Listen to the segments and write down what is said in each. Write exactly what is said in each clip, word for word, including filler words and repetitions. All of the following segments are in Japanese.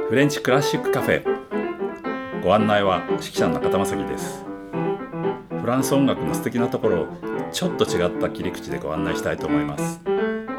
フレンチクラシックカフェ、ご案内は指揮者の中田正樹です。フランス音楽の素敵なところをちょっと違った切り口でご案内したいと思います。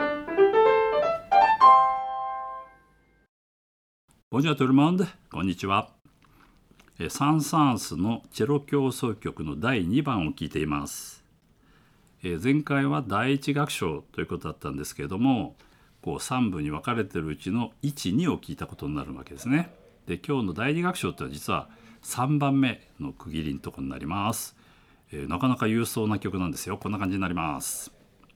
ボンジュールトゥルモンド、こんにちは。サン・サーンスのチェロ協奏曲のだいにばんを聴いています。前回はだいいち楽章ということだったんですけれども、こうさんぶに分かれているうちのいち、にを聴いたことになるわけですね。で、今日のだいに楽章というのは実はさんばんめの区切りのところになります。えー、なかなか勇壮な曲なんですよ。こんな感じになります。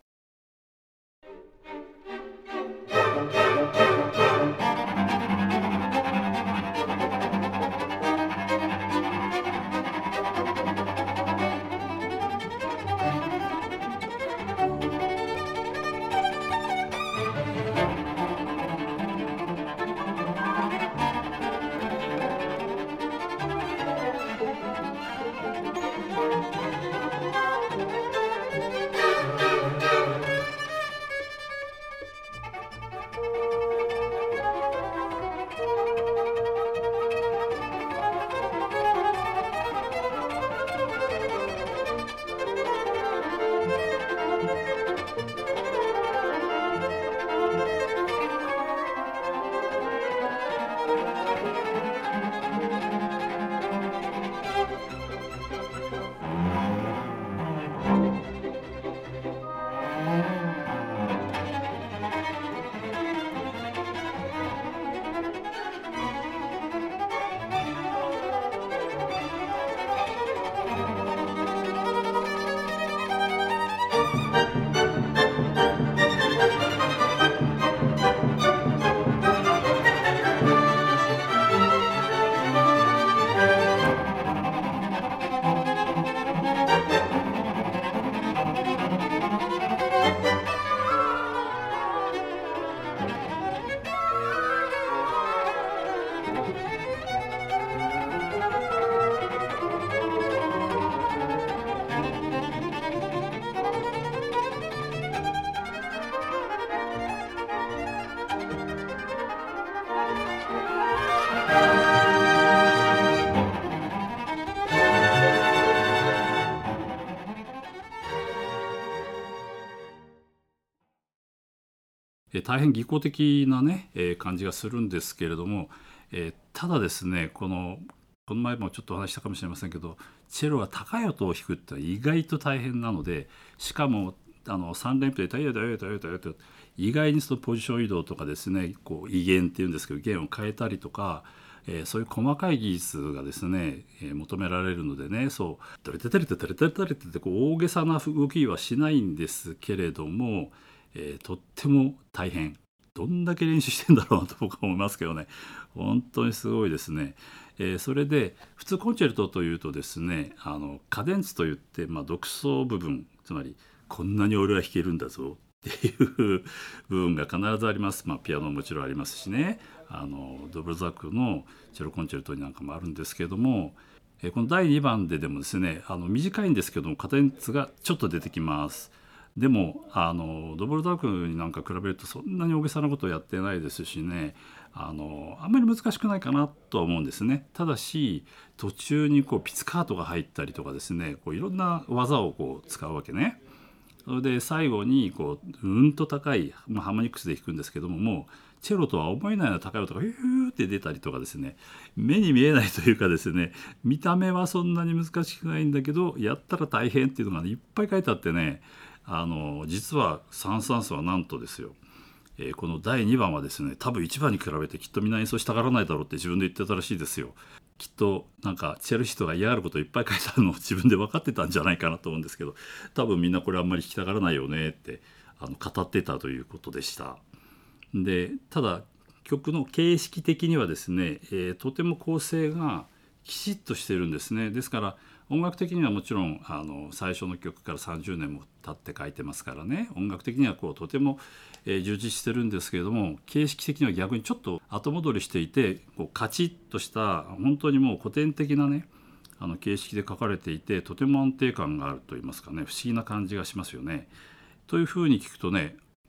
大変技巧的なね、えー、感じがするんですけれども、えー、ただですね、このこの前もちょっとお話したかもしれませんけど、チェロは高い音を弾くって意外と大変なので、しかもあのさん連符で「タイヤタイヤタイヤタイヤ」と意外にそのポジション移動とかですね、こう威厳っていうんですけど、弦を変えたりとか、えー、そういう細かい技術がですね、えー、求められるのでね、そう「トレテテレテテレテテレテ」ってこう大げさな動きはしないんですけれども、えー、とっても大変。どんだけ練習してんだろうなと僕は思いますけどね、本当にすごいですね。えー、それで普通コンチェルトというとですね、あのカデンツといって、まあ、独奏部分、つまりこんなに俺は弾けるんだぞっていう部分が必ずあります。まあ、ピアノももちろんありますしね、あのドブルザックのチェロコンチェルトになんかもあるんですけども、えー、このだいにばんででもですね、あの短いんですけどもカデンツがちょっと出てきます。でもあのドボルザークになんか比べるとそんなに大げさなことをやってないですしね、あのあんまり難しくないかなとは思うんですね。ただし途中にこうピツカートが入ったりとかですね、こういろんな技をこう使うわけね。それで最後にこううんと高い、まあ、ハーモニクスで弾くんですけども、もうチェロとは思えないような高い音がヒューって出たりとかですね、目に見えないというかですね、見た目はそんなに難しくないんだけどやったら大変っていうのが、ね、いっぱい書いてあってね、あの実はサン・サーンスはなんとですよ、えー、このだいにばんはですね、多分いちばんに比べてきっとみんな演奏したがらないだろうって自分で言ってたらしいですよ。きっとなんかチェルシトが嫌がることをいっぱい書いてあるのを自分で分かってたんじゃないかなと思うんですけど、多分みんなこれあんまり弾きたがらないよねってあの語ってたということでした。でただ曲の形式的にはですね、えー、とても構成がきちっとしてるんですね。ですから音楽的にはもちろんあの最初の曲からさんじゅうねんも経って書いてますからね、音楽的にはこうとても、えー、充実してるんですけれども、形式的には逆にちょっと後戻りしていて、こうカチッとした本当にもう古典的なね、あの形式で書かれていて、とても安定感があるといいますかね、不思議な感じがしますよね。というふうに聞くとね、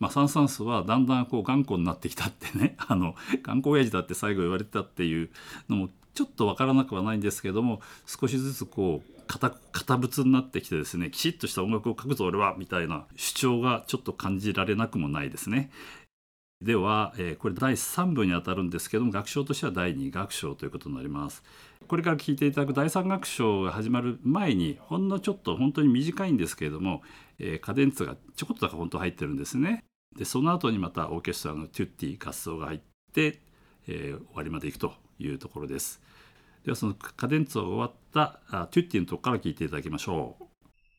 まあ、サン・サンスはだんだんこう頑固になってきたってねあの頑固親父だって最後言われてたっていうのもちょっとわからなくはないんですけども、少しずつこう堅堅物になってきてですね、きちっとした音楽を書くぞ俺はみたいな主張がちょっと感じられなくもないですね。では、えーこれだいさん部にあたるんですけども、楽章としてはだいに楽章ということになります。これから聴いていただくだいさん楽章が始まる前にほんのちょっと本当に短いんですけれども、えーカデンツがちょこっとだけ本当入ってるんですね。でその後にまたオーケストラのテュッティ合奏が入って、えー終わりまでいくというところです。ではそのカデンツが終わったあテュッティのところから聴いていただきましょう。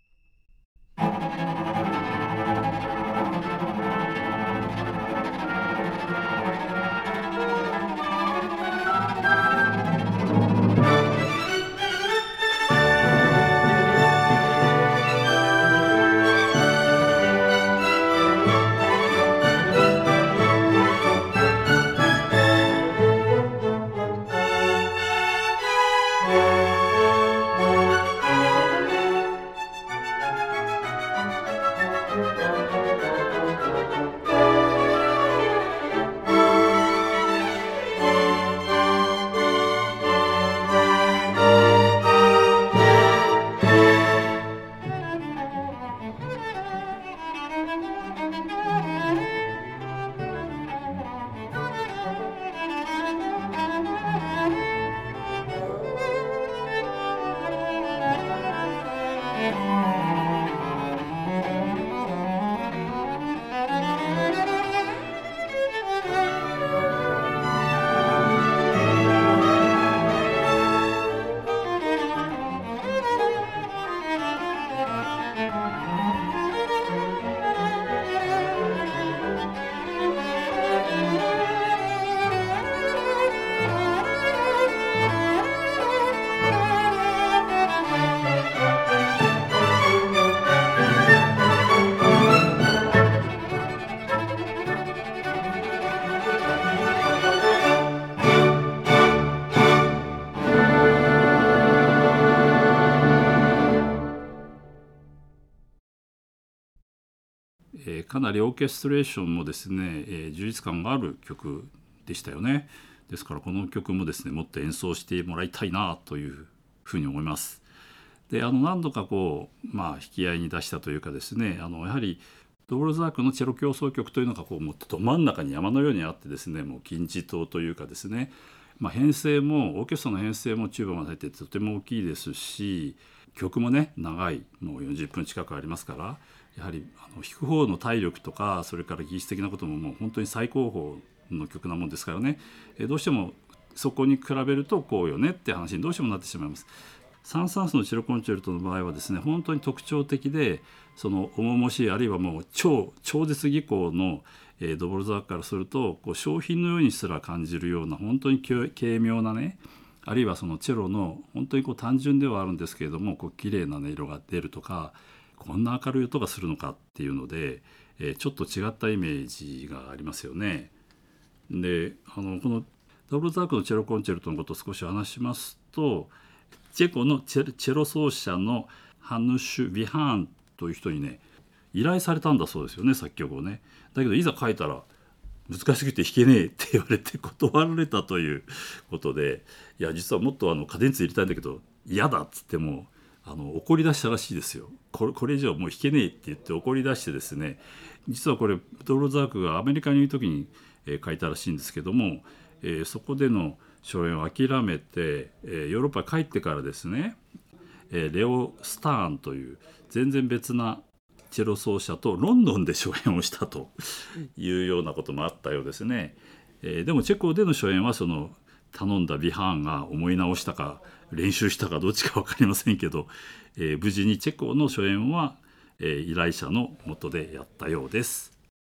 えーかなりオーケストレーションもですね、えー充実感がある曲でしたよね。ですからこの曲もですねもっと演奏してもらいたいなというふうに思います。であの何度かこう、まあ、引き合いに出したというかですね、あのやはりドボルザークのチェロ協奏曲というのがこうもっとど真ん中に山のようにあってですね、もう金字塔というかですね、まあ、編成もオーケストラの編成もチューバまで入ってとても大きいですし、曲もね長い、もうよんじゅっぷん近くありますから、やはりあの弾く方の体力とかそれから技術的なことももう本当に最高峰の曲なもんですからね、えどうしてもそこに比べるとこうよねって話にどうしてもなってしまいます。サン・サンスのチェロコンチェルトの場合はですね、本当に特徴的で、その重々しいあるいはもう超超絶技巧の、えードボルザークからするとこう商品のようにすら感じるような本当に軽軽妙なね、あるいはそのチェロの本当にこう単純ではあるんですけれどもこう綺麗な音色が出るとか、こんな明るい音がするのかっていうので、えーちょっと違ったイメージがありますよね。であのこのドボルザークのチェロコンチェルトのことを少し話しますと、チェコのチェチェロ奏者のハヌシュ・ヴィハーンという人にね依頼されたんだそうですよね、作曲をね。だけどいざ書いたら難しすぎて弾けねえって言われて断られたということで、いや実はもっとあのカデンツ入れたいんだけど嫌だっつってもあの怒り出したらしいですよ。これ、これ以上もう弾けねえって言って怒り出してですね、実はこれドロザークがアメリカにいる時に、えー書いたらしいんですけども、えーそこでの初演を諦めて、えーヨーロッパに帰ってからですね、えーレオ・スターンという全然別なチェロ奏者とロンドンで初演をしたというようなこともあったようですね。えーでもチェコでの初演はその頼んだビハーンが思い直したか練習したかどっちか分かりませんけど、えー無事にチェコの初演は、えー依頼者の下でやったようです。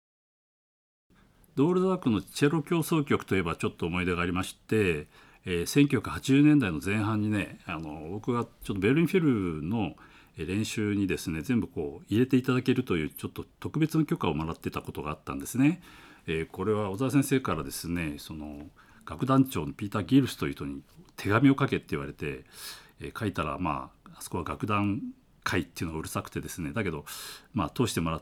ドールザークのチェロ協奏曲といえばちょっと思い出がありまして、えーせんきゅうひゃくはちじゅうねんだいの前半にね、あの僕がちょっとベルリンフィルの練習にですね全部こう入れていただけるというちょっと特別な許可をもらってたことがあったんですね。えーこれは小沢先生からですね、その楽団長のピーター・ギルスという人に手紙を書けって言われて、えー書いたらまああそこは楽団回っていうのがうるさくてですね、だけどまあ通してもらって、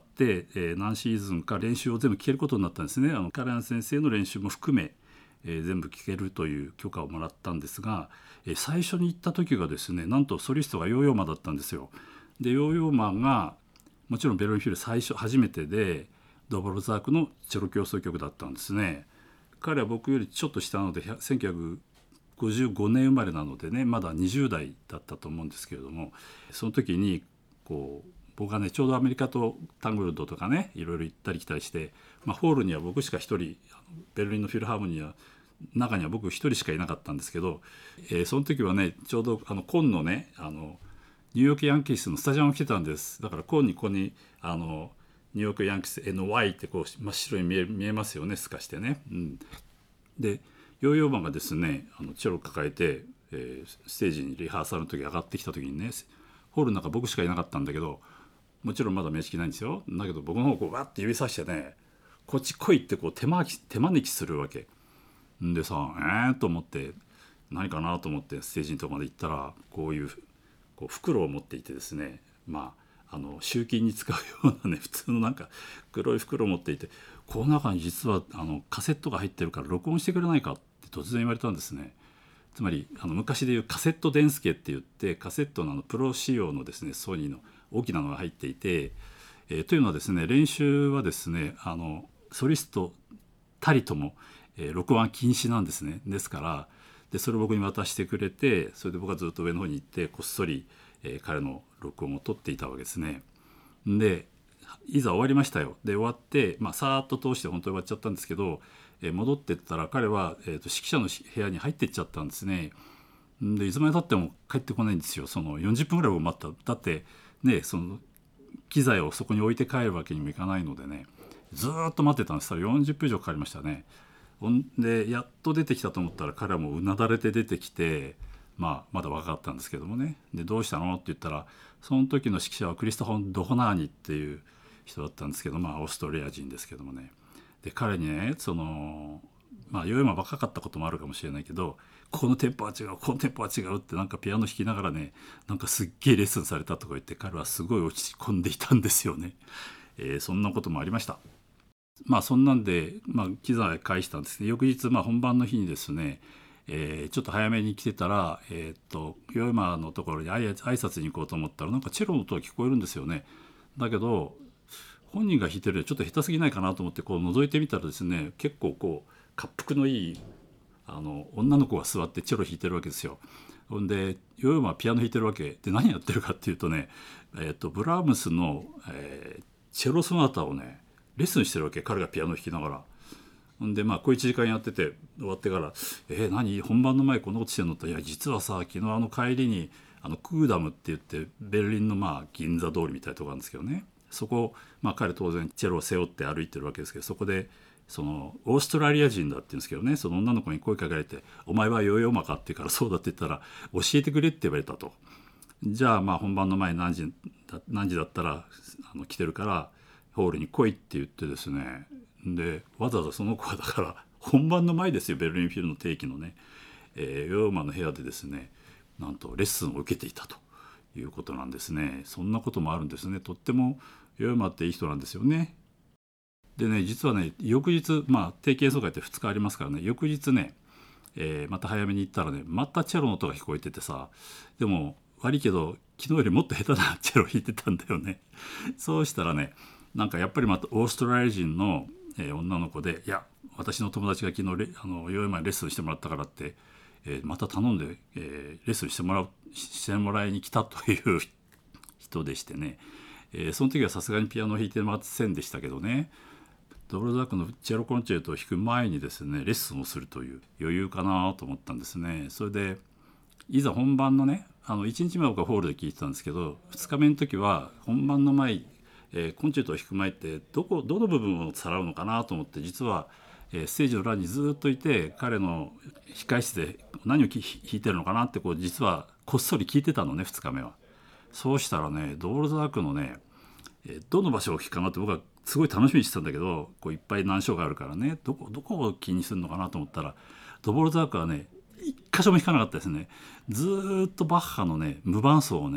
えー、何シーズンか練習を全部聞けることになったんですね。あのカレン先生の練習も含め、えー、全部聞けるという許可をもらったんですが、えー、最初に行った時がですね、なんとソリストがヨーヨーマだったんですよ。でヨーヨーマがもちろんベルリンフィル最初初めてで、ドボルザークのチェロ協奏曲だったんですね。彼は僕よりちょっと下なのでせんきゅうひゃくごじゅうごねん生まれなのでね、まだにじゅう代だったと思うんですけれども、その時にこう僕がねちょうどアメリカとタングルドとかねいろいろ行ったり来たりして、まあ、ホールには僕しか一人、ベルリンのフィルハーモニーは中には僕一人しかいなかったんですけど、えー、その時はねちょうどあのコンのねあのニューヨークヤンキースのスタジアム来てたんです。だからコンにここにあのニューヨークヤンキース エヌワイ ってこう真っ白に見え、見えますよね、透かしてね、うん、でヨーヨーマンがですねあのチェロを抱えて、えー、ステージにリハーサルの時上がってきた時にね、ホールの中僕しかいなかったんだけど、もちろんまだ面識ないんですよ。だけど僕の方こうわって指さしてね、こっち来いってこう手招き手招きするわけんでさ、えーと思って何かなと思ってステージのとこまで行ったら、こういうこう袋を持っていてですね、まああの集金に使うようなね普通のなんか黒い袋を持っていて、この中に実はあのカセットが入ってるから録音してくれないかって突然言われたんですね。つまりあの昔でいうカセット電助って言って、カセットのあのプロ仕様のですねソニーの大きなのが入っていて、えー、というのはですね練習はですねあのソリストたりとも、えー、録音禁止なんですね。ですからでそれを僕に渡してくれて、それで僕はずっと上の方に行ってこっそり、えー、彼の録音を取っていたわけですね。でいざ終わりましたよ。で終わって、まあ、さーっと通して本当に終わっちゃったんですけど、えー、戻ってったら彼は、えー、と指揮者の部屋に入っていっちゃったんですね。でいつまでたっても帰ってこないんですよ。そのよんじゅっぷんぐらい待った。だってねその機材をそこに置いて帰るわけにもいかないのでね、ずーっと待ってたんです。たらよんじゅっぷん以上かかりましたね。ほんでやっと出てきたと思ったら彼はもううなだれて出てきて、まあ、まだ若かったんですけどもね。でどうしたのって言ったら、その時の指揮者はクリストフォン・ドホナーニっていう人だったんですけど、まあオーストリア人ですけどもね。で彼にねそのまあヨーヨーマ若かったこともあるかもしれないけど、このテンポは違うこのテンポは違うってなんかピアノ弾きながらね、なんかすっげえレッスンされたとか言って、彼はすごい落ち込んでいたんですよね。えー、そんなこともありました。まあそんなんで、まあ、機材返したんですね。翌日、まあ、本番の日にですね、えー、ちょっと早めに来てたら、えー、っとヨーヨーマのところに挨拶に行こうと思ったら、なんかチェロの音が聞こえるんですよね。だけど本人が弾いてるよりちょっと下手すぎないかなと思ってこう覗いてみたらですね、結構こう恰幅のいいあの女の子が座ってチェロ弾いてるわけですよ。ほんでヨーヨーマはピアノ弾いてるわけで、何やってるかっていうとね、えー、とブラームスの、えー、チェロソナタをねレッスンしてるわけ、彼がピアノ弾きながら。ほんでまあこういちじかんやってて終わってから「えー、何本番の前こんなことしてんの?」って「いや実はさ昨日あの帰りにあのクーダムって言ってベルリンのまあ銀座通りみたいなとこあるんですけどね、そこ、まあ、彼当然チェロを背負って歩いてるわけですけど、そこでそのオーストラリア人だって言うんですけどね、その女の子に声かけられて「お前はヨーヨーマか?」って言うから「そうだ」って言ったら「教えてくれ」って言われたと。じゃあまあ本番の前何時だ何時だったらあの来てるからホールに来いって言ってですね、でわざわざその子はだから本番の前ですよ、ベルリンフィルの定期のね、えー、ヨーヨーマの部屋でですねなんとレッスンを受けていたということなんですね。そんなこともあるんですね。とってもヨーヨーマっていい人なんですよね。でね実はね翌日、まあ定期演奏会ってふつかありますからね、翌日ね、えー、また早めに行ったらねまたチェロの音が聞こえててさ、でも悪いけど昨日よりもっと下手なチェロ弾いてたんだよね。そうしたらねなんかやっぱりまたオーストラリア人の、えー、女の子で「いや私の友達が昨日レあのヨーヨーマにレッスンしてもらったから」って、えー、また頼んで、えー、レッスンしてもらうしてもらいに来たという人でしてね、えー、その時はさすがにピアノを弾いてませんでしたけどね、ドボルザークのチェロコンチェルトを弾く前にですねレッスンをするという余裕かなと思ったんですね。それでいざ本番のねあのいちにちめは僕はホールで聴いてたんですけど、ふつかめの時は本番の前、えー、コンチェルトを弾く前ってどこどの部分をさらうのかなと思って、実は、えー、ステージの裏にずっといて彼の控室で何を弾いてるのかなってこう実はこっそり聞いてたのね、ふつかめは。そうしたらねドボルザークのね、えー、どの場所を聴くかなって僕はすごい楽しみにしてたんだけど、こういっぱい難所があるからね、どこどこを気にするのかなと思ったら、ドボルザークはね一箇所も弾かなかったですね。ずーっとバッハのね無伴奏をね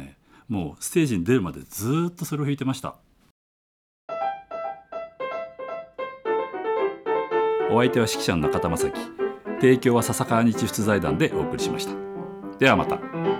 もうステージに出るまでずーっとそれを弾いてました。お相手は指揮者の中田正樹、提供は笹川日出財団でお送りしました。ではまた。